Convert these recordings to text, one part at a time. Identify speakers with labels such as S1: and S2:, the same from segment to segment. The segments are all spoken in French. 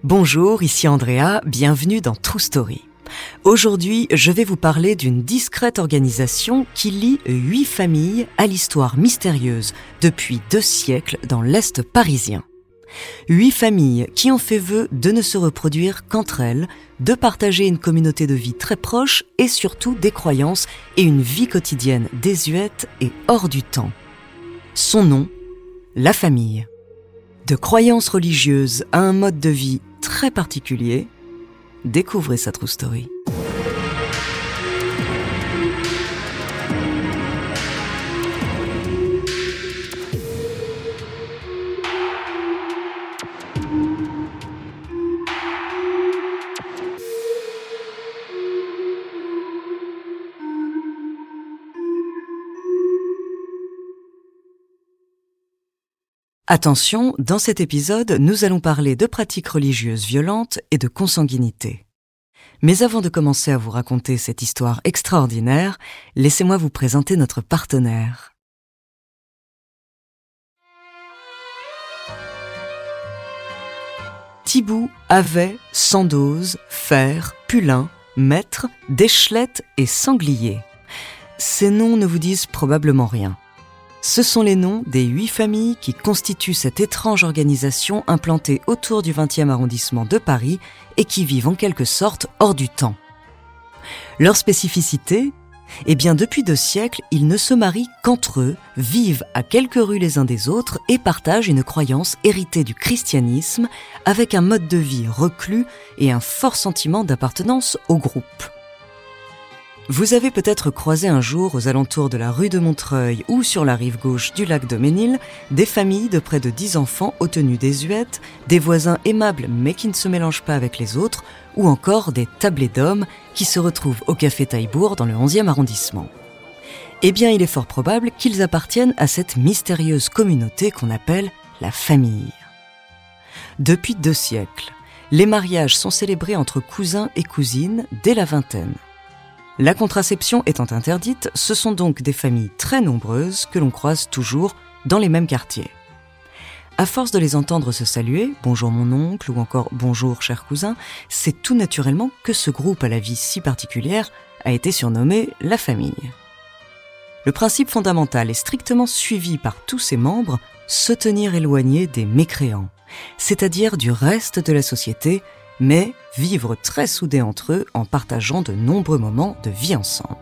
S1: Bonjour, ici Andrea, bienvenue dans True Story. Aujourd'hui, je vais vous parler d'une discrète organisation qui lie 8 familles à l'histoire mystérieuse depuis 2 siècles dans l'Est parisien. 8 familles qui ont fait vœu de ne se reproduire qu'entre elles, de partager une communauté de vie très proche et surtout des croyances et une vie quotidienne désuète et hors du temps. Son nom, la famille. De croyances religieuses à un mode de vie très particulier, découvrez sa True Story. Attention, dans cet épisode, nous allons parler de pratiques religieuses violentes et de consanguinité. Mais avant de commencer à vous raconter cette histoire extraordinaire, laissez-moi vous présenter notre partenaire. Thibout avait Sandoz, Fer, Pulin, Maître, Déchelette et Sanglier. Ces noms ne vous disent probablement rien. Ce sont les noms des 8 familles qui constituent cette étrange organisation implantée autour du 20e arrondissement de Paris et qui vivent en quelque sorte hors du temps. Leur spécificité ? Eh bien, depuis 2 siècles, ils ne se marient qu'entre eux, vivent à quelques rues les uns des autres et partagent une croyance héritée du christianisme avec un mode de vie reclus et un fort sentiment d'appartenance au groupe. Vous avez peut-être croisé un jour aux alentours de la rue de Montreuil ou sur la rive gauche du lac de Ménil des familles de près de 10 enfants aux tenues désuètes, des voisins aimables mais qui ne se mélangent pas avec les autres, ou encore des tablés d'hommes qui se retrouvent au café Taillebourg dans le 11e arrondissement. Eh bien, il est fort probable qu'ils appartiennent à cette mystérieuse communauté qu'on appelle la famille. Depuis 2 siècles, les mariages sont célébrés entre cousins et cousines dès la vingtaine. La contraception étant interdite, ce sont donc des familles très nombreuses que l'on croise toujours dans les mêmes quartiers. À force de les entendre se saluer, « Bonjour mon oncle » ou encore « Bonjour cher cousin », c'est tout naturellement que ce groupe à la vie si particulière a été surnommé la famille. Le principe fondamental est strictement suivi par tous ses membres, se tenir éloignés des mécréants, c'est-à-dire du reste de la société, mais vivre très soudés entre eux en partageant de nombreux moments de vie ensemble.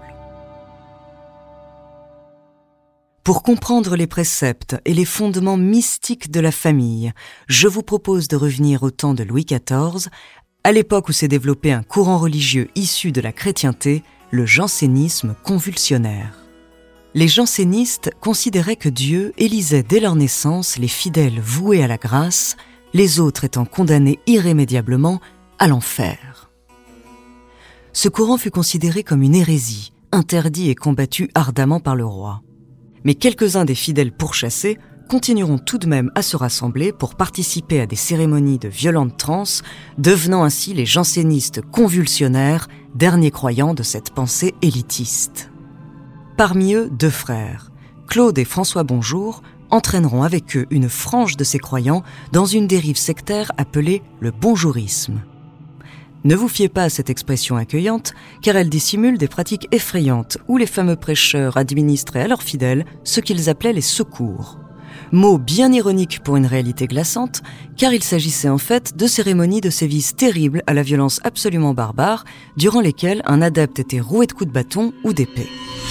S1: Pour comprendre les préceptes et les fondements mystiques de la famille, je vous propose de revenir au temps de Louis XIV, à l'époque où s'est développé un courant religieux issu de la chrétienté, le jansénisme convulsionnaire. Les jansénistes considéraient que Dieu élisait dès leur naissance les fidèles voués à la grâce, les autres étant condamnés irrémédiablement à l'enfer. Ce courant fut considéré comme une hérésie, interdit et combattu ardemment par le roi. Mais quelques-uns des fidèles pourchassés continueront tout de même à se rassembler pour participer à des cérémonies de violentes transes, devenant ainsi les jansénistes convulsionnaires, derniers croyants de cette pensée élitiste. Parmi eux, 2 frères, Claude et François Bonjour, entraîneront avec eux une frange de ces croyants dans une dérive sectaire appelée le bonjourisme. Ne vous fiez pas à cette expression accueillante, car elle dissimule des pratiques effrayantes où les fameux prêcheurs administraient à leurs fidèles ce qu'ils appelaient les secours. Mot bien ironique pour une réalité glaçante, car il s'agissait en fait de cérémonies de sévices terribles à la violence absolument barbare, durant lesquelles un adepte était roué de coups de bâton ou d'épée.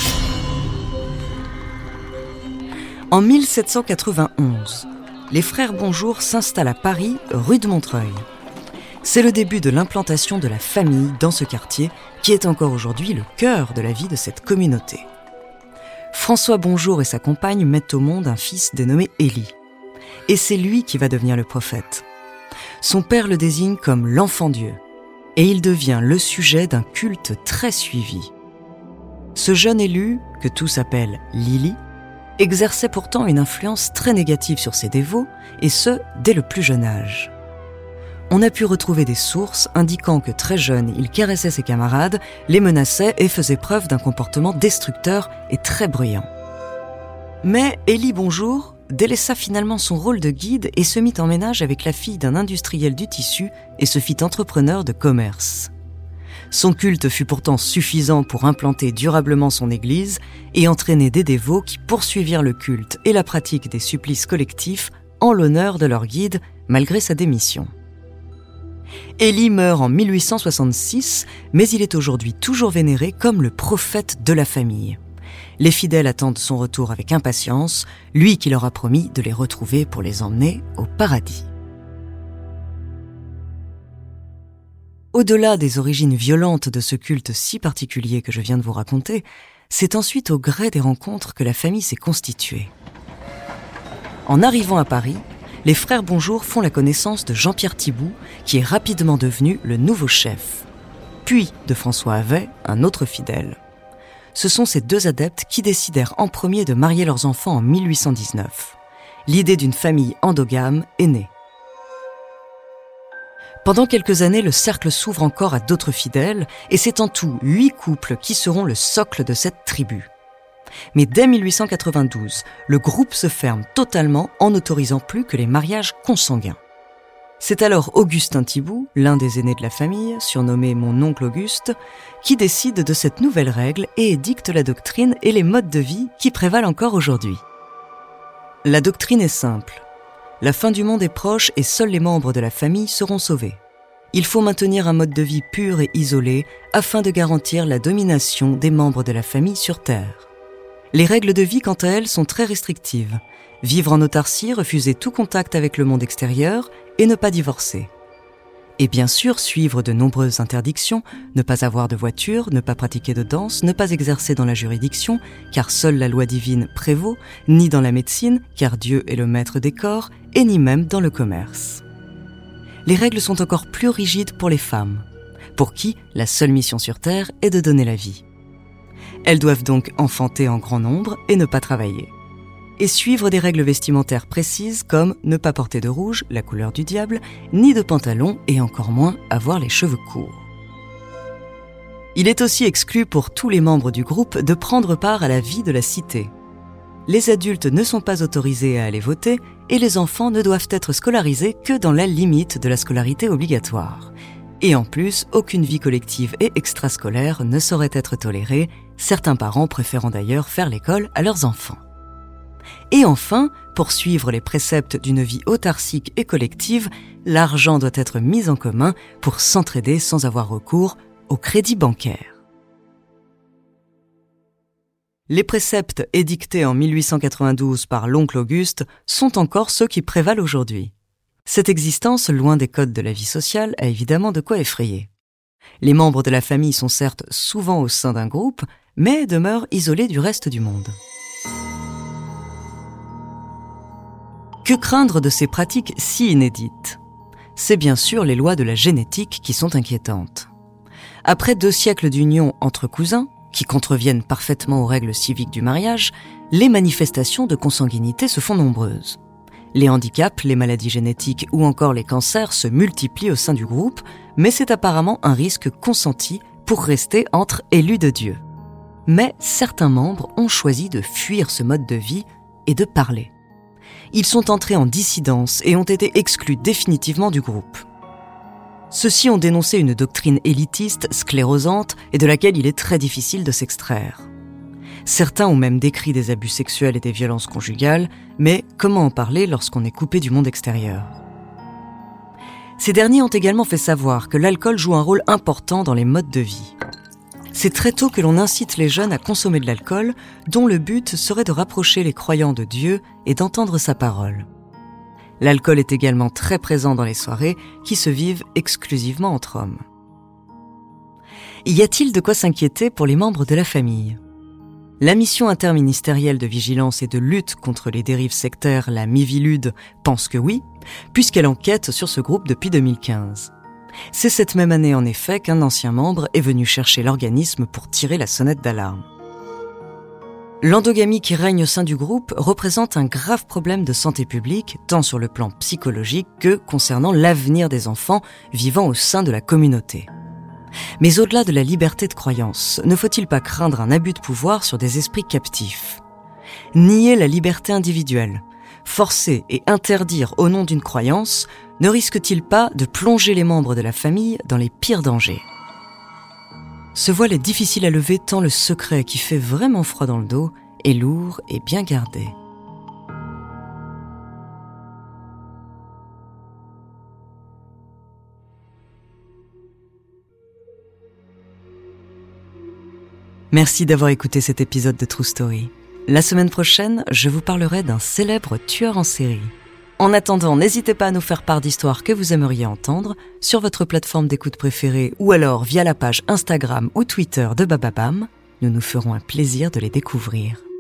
S1: En 1791, les frères Bonjour s'installent à Paris, rue de Montreuil. C'est le début de l'implantation de la famille dans ce quartier, qui est encore aujourd'hui le cœur de la vie de cette communauté. François Bonjour et sa compagne mettent au monde un fils dénommé Élie. Et c'est lui qui va devenir le prophète. Son père le désigne comme l'enfant Dieu, et il devient le sujet d'un culte très suivi. Ce jeune élu, que tous appellent Lily, exerçait pourtant une influence très négative sur ses dévots, et ce, dès le plus jeune âge. On a pu retrouver des sources indiquant que très jeune, il caressait ses camarades, les menaçait et faisait preuve d'un comportement destructeur et très bruyant. Mais Élie Bonjour délaissa finalement son rôle de guide et se mit en ménage avec la fille d'un industriel du tissu et se fit entrepreneur de commerce. Son culte fut pourtant suffisant pour implanter durablement son église et entraîner des dévots qui poursuivirent le culte et la pratique des supplices collectifs en l'honneur de leur guide malgré sa démission. Élie meurt en 1866, mais il est aujourd'hui toujours vénéré comme le prophète de la famille. Les fidèles attendent son retour avec impatience, lui qui leur a promis de les retrouver pour les emmener au paradis. Au-delà des origines violentes de ce culte si particulier que je viens de vous raconter, c'est ensuite au gré des rencontres que la famille s'est constituée. En arrivant à Paris, les frères Bonjour font la connaissance de Jean-Pierre Thibout, qui est rapidement devenu le nouveau chef, puis de François Havet, un autre fidèle. Ce sont ces deux adeptes qui décidèrent en premier de marier leurs enfants en 1819. L'idée d'une famille endogame est née. Pendant quelques années, le cercle s'ouvre encore à d'autres fidèles, et c'est en tout 8 couples qui seront le socle de cette tribu. Mais dès 1892, le groupe se ferme totalement en n'autorisant plus que les mariages consanguins. C'est alors Augustin Thibout, l'un des aînés de la famille, surnommé mon oncle Auguste, qui décide de cette nouvelle règle et édicte la doctrine et les modes de vie qui prévalent encore aujourd'hui. La doctrine est simple. La fin du monde est proche et seuls les membres de la famille seront sauvés. Il faut maintenir un mode de vie pur et isolé afin de garantir la domination des membres de la famille sur Terre. Les règles de vie, quant à elles, sont très restrictives. Vivre en autarcie, refuser tout contact avec le monde extérieur et ne pas divorcer. Et bien sûr, suivre de nombreuses interdictions, ne pas avoir de voiture, ne pas pratiquer de danse, ne pas exercer dans la juridiction, car seule la loi divine prévaut, ni dans la médecine, car Dieu est le maître des corps, et ni même dans le commerce. Les règles sont encore plus rigides pour les femmes, pour qui la seule mission sur Terre est de donner la vie. Elles doivent donc enfanter en grand nombre et ne pas travailler. Et suivre des règles vestimentaires précises comme ne pas porter de rouge, la couleur du diable, ni de pantalon et encore moins avoir les cheveux courts. Il est aussi exclu pour tous les membres du groupe de prendre part à la vie de la cité. Les adultes ne sont pas autorisés à aller voter et les enfants ne doivent être scolarisés que dans la limite de la scolarité obligatoire. Et en plus, aucune vie collective et extrascolaire ne saurait être tolérée, certains parents préférant d'ailleurs faire l'école à leurs enfants. Et enfin, pour suivre les préceptes d'une vie autarcique et collective, l'argent doit être mis en commun pour s'entraider sans avoir recours au crédit bancaire. Les préceptes édictés en 1892 par l'oncle Auguste sont encore ceux qui prévalent aujourd'hui. Cette existence, loin des codes de la vie sociale, a évidemment de quoi effrayer. Les membres de la famille sont certes souvent au sein d'un groupe, mais demeurent isolés du reste du monde. Que craindre de ces pratiques si inédites ? C'est bien sûr les lois de la génétique qui sont inquiétantes. Après 2 siècles d'union entre cousins, qui contreviennent parfaitement aux règles civiques du mariage, les manifestations de consanguinité se font nombreuses. Les handicaps, les maladies génétiques ou encore les cancers se multiplient au sein du groupe, mais c'est apparemment un risque consenti pour rester entre élus de Dieu. Mais certains membres ont choisi de fuir ce mode de vie et de parler. Ils sont entrés en dissidence et ont été exclus définitivement du groupe. Ceux-ci ont dénoncé une doctrine élitiste, sclérosante et de laquelle il est très difficile de s'extraire. Certains ont même décrit des abus sexuels et des violences conjugales, mais comment en parler lorsqu'on est coupé du monde extérieur ? Ces derniers ont également fait savoir que l'alcool joue un rôle important dans les modes de vie. C'est très tôt que l'on incite les jeunes à consommer de l'alcool, dont le but serait de rapprocher les croyants de Dieu et d'entendre sa parole. L'alcool est également très présent dans les soirées qui se vivent exclusivement entre hommes. Y a-t-il de quoi s'inquiéter pour les membres de la famille ? La mission interministérielle de vigilance et de lutte contre les dérives sectaires, la Mivilude, pense que oui, puisqu'elle enquête sur ce groupe depuis 2015. C'est cette même année en effet qu'un ancien membre est venu chercher l'organisme pour tirer la sonnette d'alarme. L'endogamie qui règne au sein du groupe représente un grave problème de santé publique, tant sur le plan psychologique que concernant l'avenir des enfants vivant au sein de la communauté. Mais au-delà de la liberté de croyance, ne faut-il pas craindre un abus de pouvoir sur des esprits captifs ? Nier la liberté individuelle, forcer et interdire au nom d'une croyance ne risque-t-il pas de plonger les membres de la famille dans les pires dangers ? Ce voile est difficile à lever tant le secret qui fait vraiment froid dans le dos est lourd et bien gardé. Merci d'avoir écouté cet épisode de True Story. La semaine prochaine, je vous parlerai d'un célèbre tueur en série. En attendant, n'hésitez pas à nous faire part d'histoires que vous aimeriez entendre sur votre plateforme d'écoute préférée ou alors via la page Instagram ou Twitter de Bababam. Nous nous ferons un plaisir de les découvrir.